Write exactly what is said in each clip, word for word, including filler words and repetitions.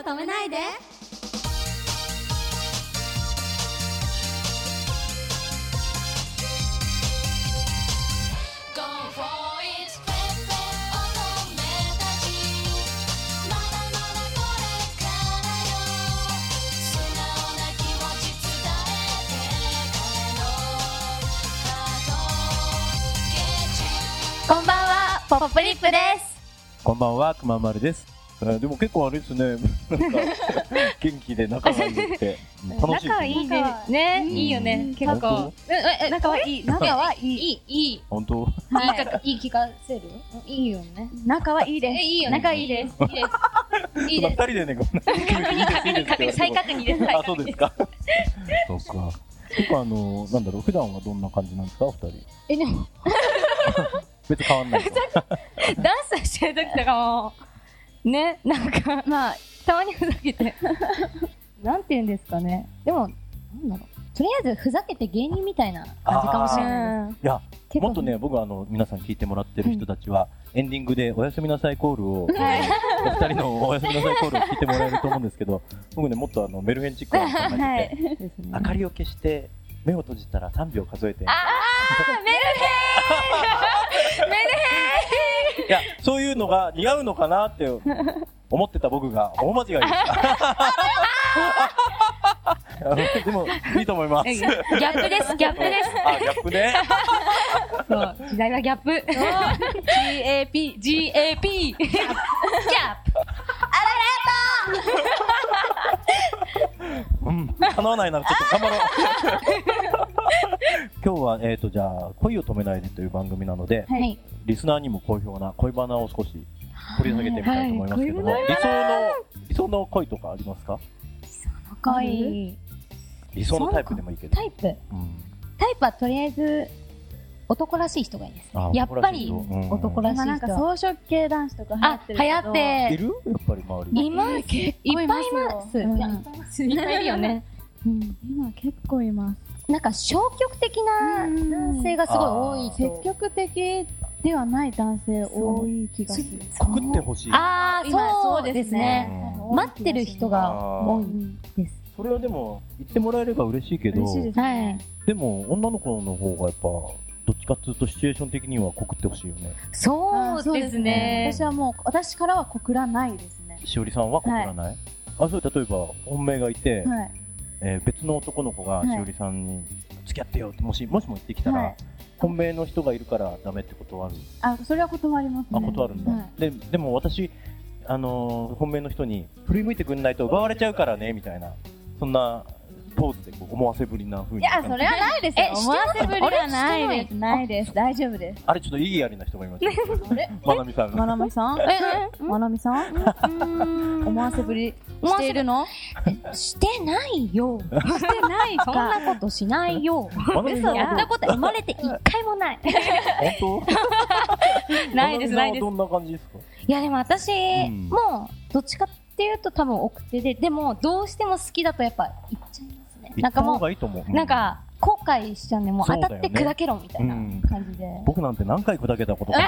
止めないで。 こんばんは、ポップリップです。 こんばんは、くままるです。えー、でも結構あれですね、なんか元気で仲がいいって楽しいですね。 仲いいね、ね、いいよね、結構。 え、仲はいい、仲はいい、いい、いい。 本当？ いい聞かせる？いいよね。 仲はいいです。 いいよね。仲いいです。いいです。いいです。 二人でね、こんな確認確認再確認です。 あ、そうですか。そうか。結構あのなんだろう、普段はどんな感じなんですか、お二人？ え、でも別に変わんない。 ダンスしてる時とかもね、なんかまあたまにふざけてなんて言うんですかね。でもなんだろう、とりあえずふざけて芸人みたいな感じかもしれないです。 いや、もっとね、僕はあの皆さん聞いてもらってる人たちは、うん、エンディングでおやすみなさいコールを、お二人のおやすみなさいコールを聞いてもらえると思うんですけど、僕ね、もっとあのメルヘンチックな考えてて、はいね、明かりを消して目を閉じたらさんびょう数えて、 あーメルヘンメルヘン。 いや、そういうのが似合うのかなって思ってた僕が大間違いでしたでもいいと思います。ギャップです、ギャップです。 あ、ギャップね。 そう、時代はギャップ。ジーエーピー、ジーエーピー。ギャップ。あららとうん、叶わないならちょっと頑張ろう。今日は、えーと、じゃあ、恋を止めないでという番組なので、はい、リスナーにも好評な恋バナを少し掘り下げてみたいと思いますけども、はい、理想の、理想の恋とかありますか？ 理想の恋。 理想のタイプでもいいけど。 タイプ、うん、タイプはとりあえず男らしい人がいいです。やっぱり男らしい人。 なんか装飾系男子とか流行ってるけど。 流行って。 いる？やっぱり周り。 います。いっぱいいます。いっぱいいます。いっぱいいるよね。 今結構います。 なんか消極的な男性がすごい多い。 積極的ではない男性多い気がする。 告ってほしい。 ああ、そうですね。待ってる人が多いです。 それはでも言ってもらえれば嬉しいけど、でも女の子の方がやっぱどっちかっていうとシチュエーション的には告ってほしいよね。 そうですね。 私はもう私からは告らないですね。 しおりさんは告らない？あ、そう、例えば本命がいて、えー、別の男の子がしおりさんに付き合ってよってもしもしも言ってきたら、はい、本命の人がいるからダメって断る？ あ、それは断りますね。 あ、断るんだ。はい、ででも私、あのー、本命の人に振り向いてくんないと奪われちゃうからねみたいな、そんなポーズでこう思わせぶりな風に。 いや、それはないですよ。思わせぶりはないです。ないです。大丈夫です。 あれちょっと意義ありな人がいますよ。まなみさん。 まなみさん？え、まなみさん？思わせぶりしているの？ してないよ。 してないか。 そんなことしないよ。やったこと生まれて一回もない。 本当？ ないです、ないです。 どんな感じですか？ いやでも私もどっちかっていうと多分奥手で、でもどうしても好きだとやっぱ言っちゃいますね。 なんかもう、 なんか後悔しちゃうんで、もう当たって砕けろみたいな感じで。 僕なんて何回砕けたことか。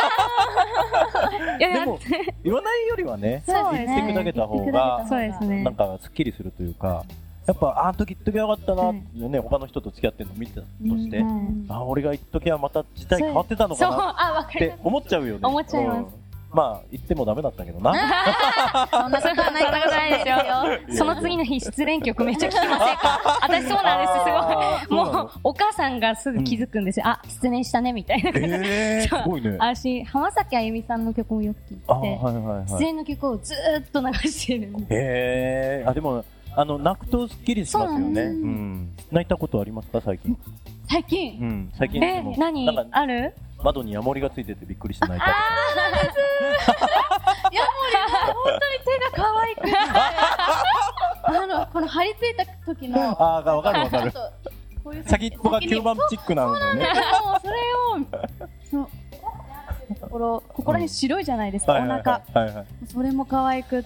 でも言わないよりはね、言って砕けた方がなんかすっきりするというか。やっぱあの時言っときゃよかったなってね、他の人と付き合ってるの見てたとして、あ、俺が言っときゃまた事態変わってたのかなって思っちゃうよね。 思っちゃいます。 まあ言ってもダメだったけどな。 そんなことないですよ。その次の日失恋曲めっちゃ聞きませんか？私そうなんです。すごい。もうお母さんがすぐ気づくんですよ。あ、失恋したねみたいな。 ええ、すごいね。 私浜崎あゆみさんの曲もよく聞いて、失恋の曲をずーっと流してるんです。 へえ。あ、でもあの泣くとすっきりしますよね。うん。泣いたことありますか最近？ 最近？ うん。最近。 え、何ある？ 窓にヤモリがついててびっくりして泣いた。 あー、ヤモリは本当に手が可愛くて、あのこの張り付いた時の、 あー、わかるわかる。先っぽが吸盤チックなんだよね。 もうそれをそのところ、ここら辺白いじゃないですか、お腹。それも可愛くって。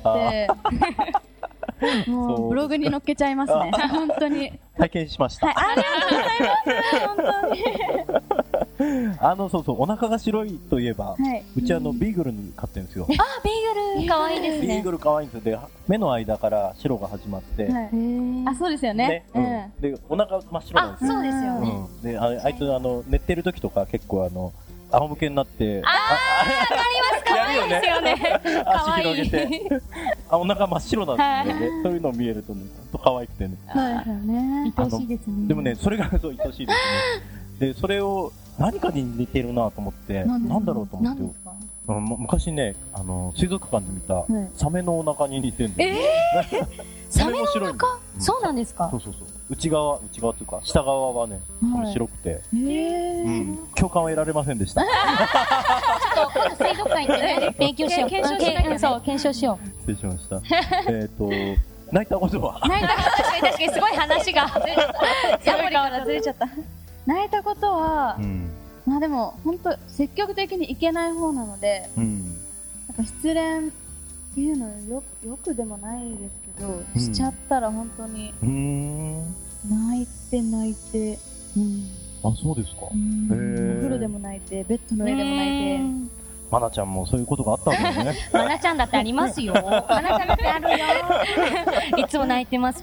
もうブログに載っけちゃいますね。本当に。 体験しました。 はい、ありがとうございます。本当に。 あの、そうそう、お腹が白いといえば、 はい、 うちあの、ビーグル飼ってるんですよ。 あ、ビーグル、かわいいですね。 ビーグルかわいいんですよ。で、目の間から白が始まって、 はい、あ、そうですよね。 ね、うん。で、お腹真っ白なんですよ。 あ、そうですよね。 うん、で、あ、あいつ、あの、寝てる時とか結構あの、仰向けになって、 あー、わかります、かわいいですよね。 足広げて、あ、お腹真っ白なんですよね。そういうのを見えるとね、ほんと可愛くてね。 そうですよね。 愛しいですね。 でもね、それがそう愛しいですね。で、それを何かに似てるなと思って、なんだろうと思って。昔ね、あの、水族館で見た、サメのお腹に似てるんだよね。 えー、サメのお腹？そうなんですか？ そうそうそう。内側、内側っていうか、下側はね、白くて。 へー。 うん。共感は得られませんでした。 ちょっと、水族館行ってね、勉強しよう。検証しなきゃ。そう、検証しよう。失礼しました。えっと、泣いたことは泣いたこと、確かに確かにすごい話が。 やばいからずれちゃった。泣いたことは、まあでも、本当積極的にいけない方なので、なんか失恋っていうのよよくでもないですけど、うん、しちゃったら本当に泣いて泣いて、 うん、あ、そうですか。 お風呂でも泣いて、ベッドの上でも泣いて。 まなちゃんもそういうことがあったんだよね。 まなちゃんだってありますよ。まなちゃんだってあるよ。いつも泣いてます。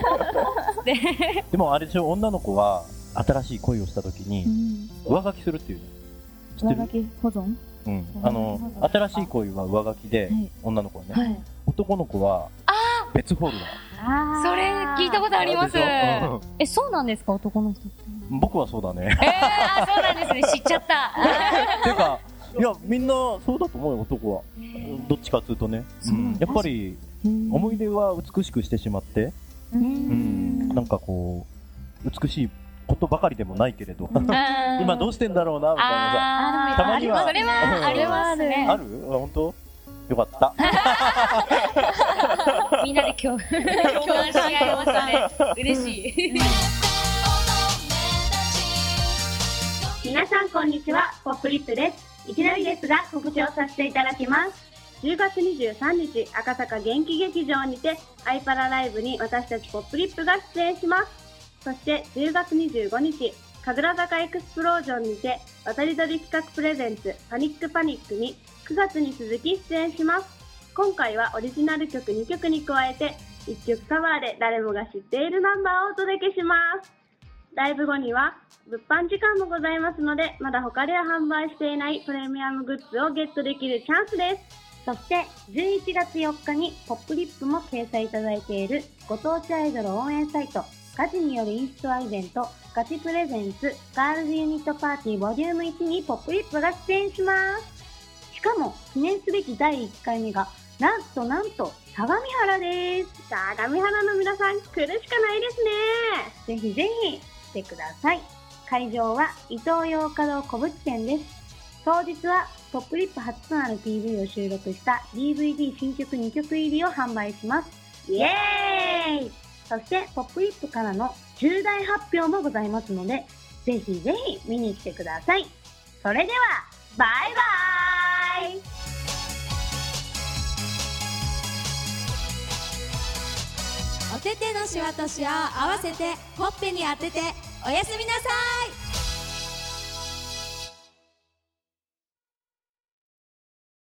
でもあれでしょ、女の子は新しい恋をしたときに、うん、上書きするっていうね。 上書き保存？ うん、あの新しい恋は上書きで、はい、女の子はね、はい、男の子は別フォルダ。 あ、それ聞いたことあります。え、そうなんですか、男の人って？ 僕はそうだね。 えー、あ、そうなんですね、知っちゃった。 てか、いや、みんなそうだと思うよ、男は。どっちかっていうとね、うん、やっぱり思い出は美しくしてしまって、うん、なんかこう美しいことばかりでもないけれど、今どうしてんだろうなみたいなさ、たまにはそれはありますね。 ある？本当？よかった。 みんなで共共感し合いましたね。嬉しい。 皆さんこんにちは、ポップリップです。いきなりですが告知をさせていただきます。じゅうがつにじゅうさんにち、赤坂元気劇場にてアイパラライブに私たちポップリップが出演します。そしてじゅうがつにじゅうごにち、神楽坂エクスプロージョンにて渡り鳥企画プレゼンツパニックパニックにくがつに続き出演します。今回はオリジナル曲にきょくに加えていっきょくカバーで誰もが知っているナンバーをお届けします。ライブ後には物販時間もございますので、まだ他では販売していないプレミアムグッズをゲットできるチャンスです。そしてじゅういちがつよっかにポップリップも掲載いただいているご当地アイドル応援サイトガチによるインストアイベントガチプレゼンツガールズユニットパーティーボリュームいちにポップリップが出演します。しかも記念すべきだいいっかいめがなんとなんと相模原です。相模原の皆さん来るしかないですね。ぜひぜひ来てください。会場は伊東洋華堂小物店です。当日はポップリップ初となる ピーブイ を収録した ディーブイディー 新曲にきょく入りを販売します。イエーイ！そしてポップリップからの重大発表もございますので、ぜひぜひ見に来てください。それではバイバーイ。 お手手のシワとシワを合わせてほっぺに当てておやすみなさい。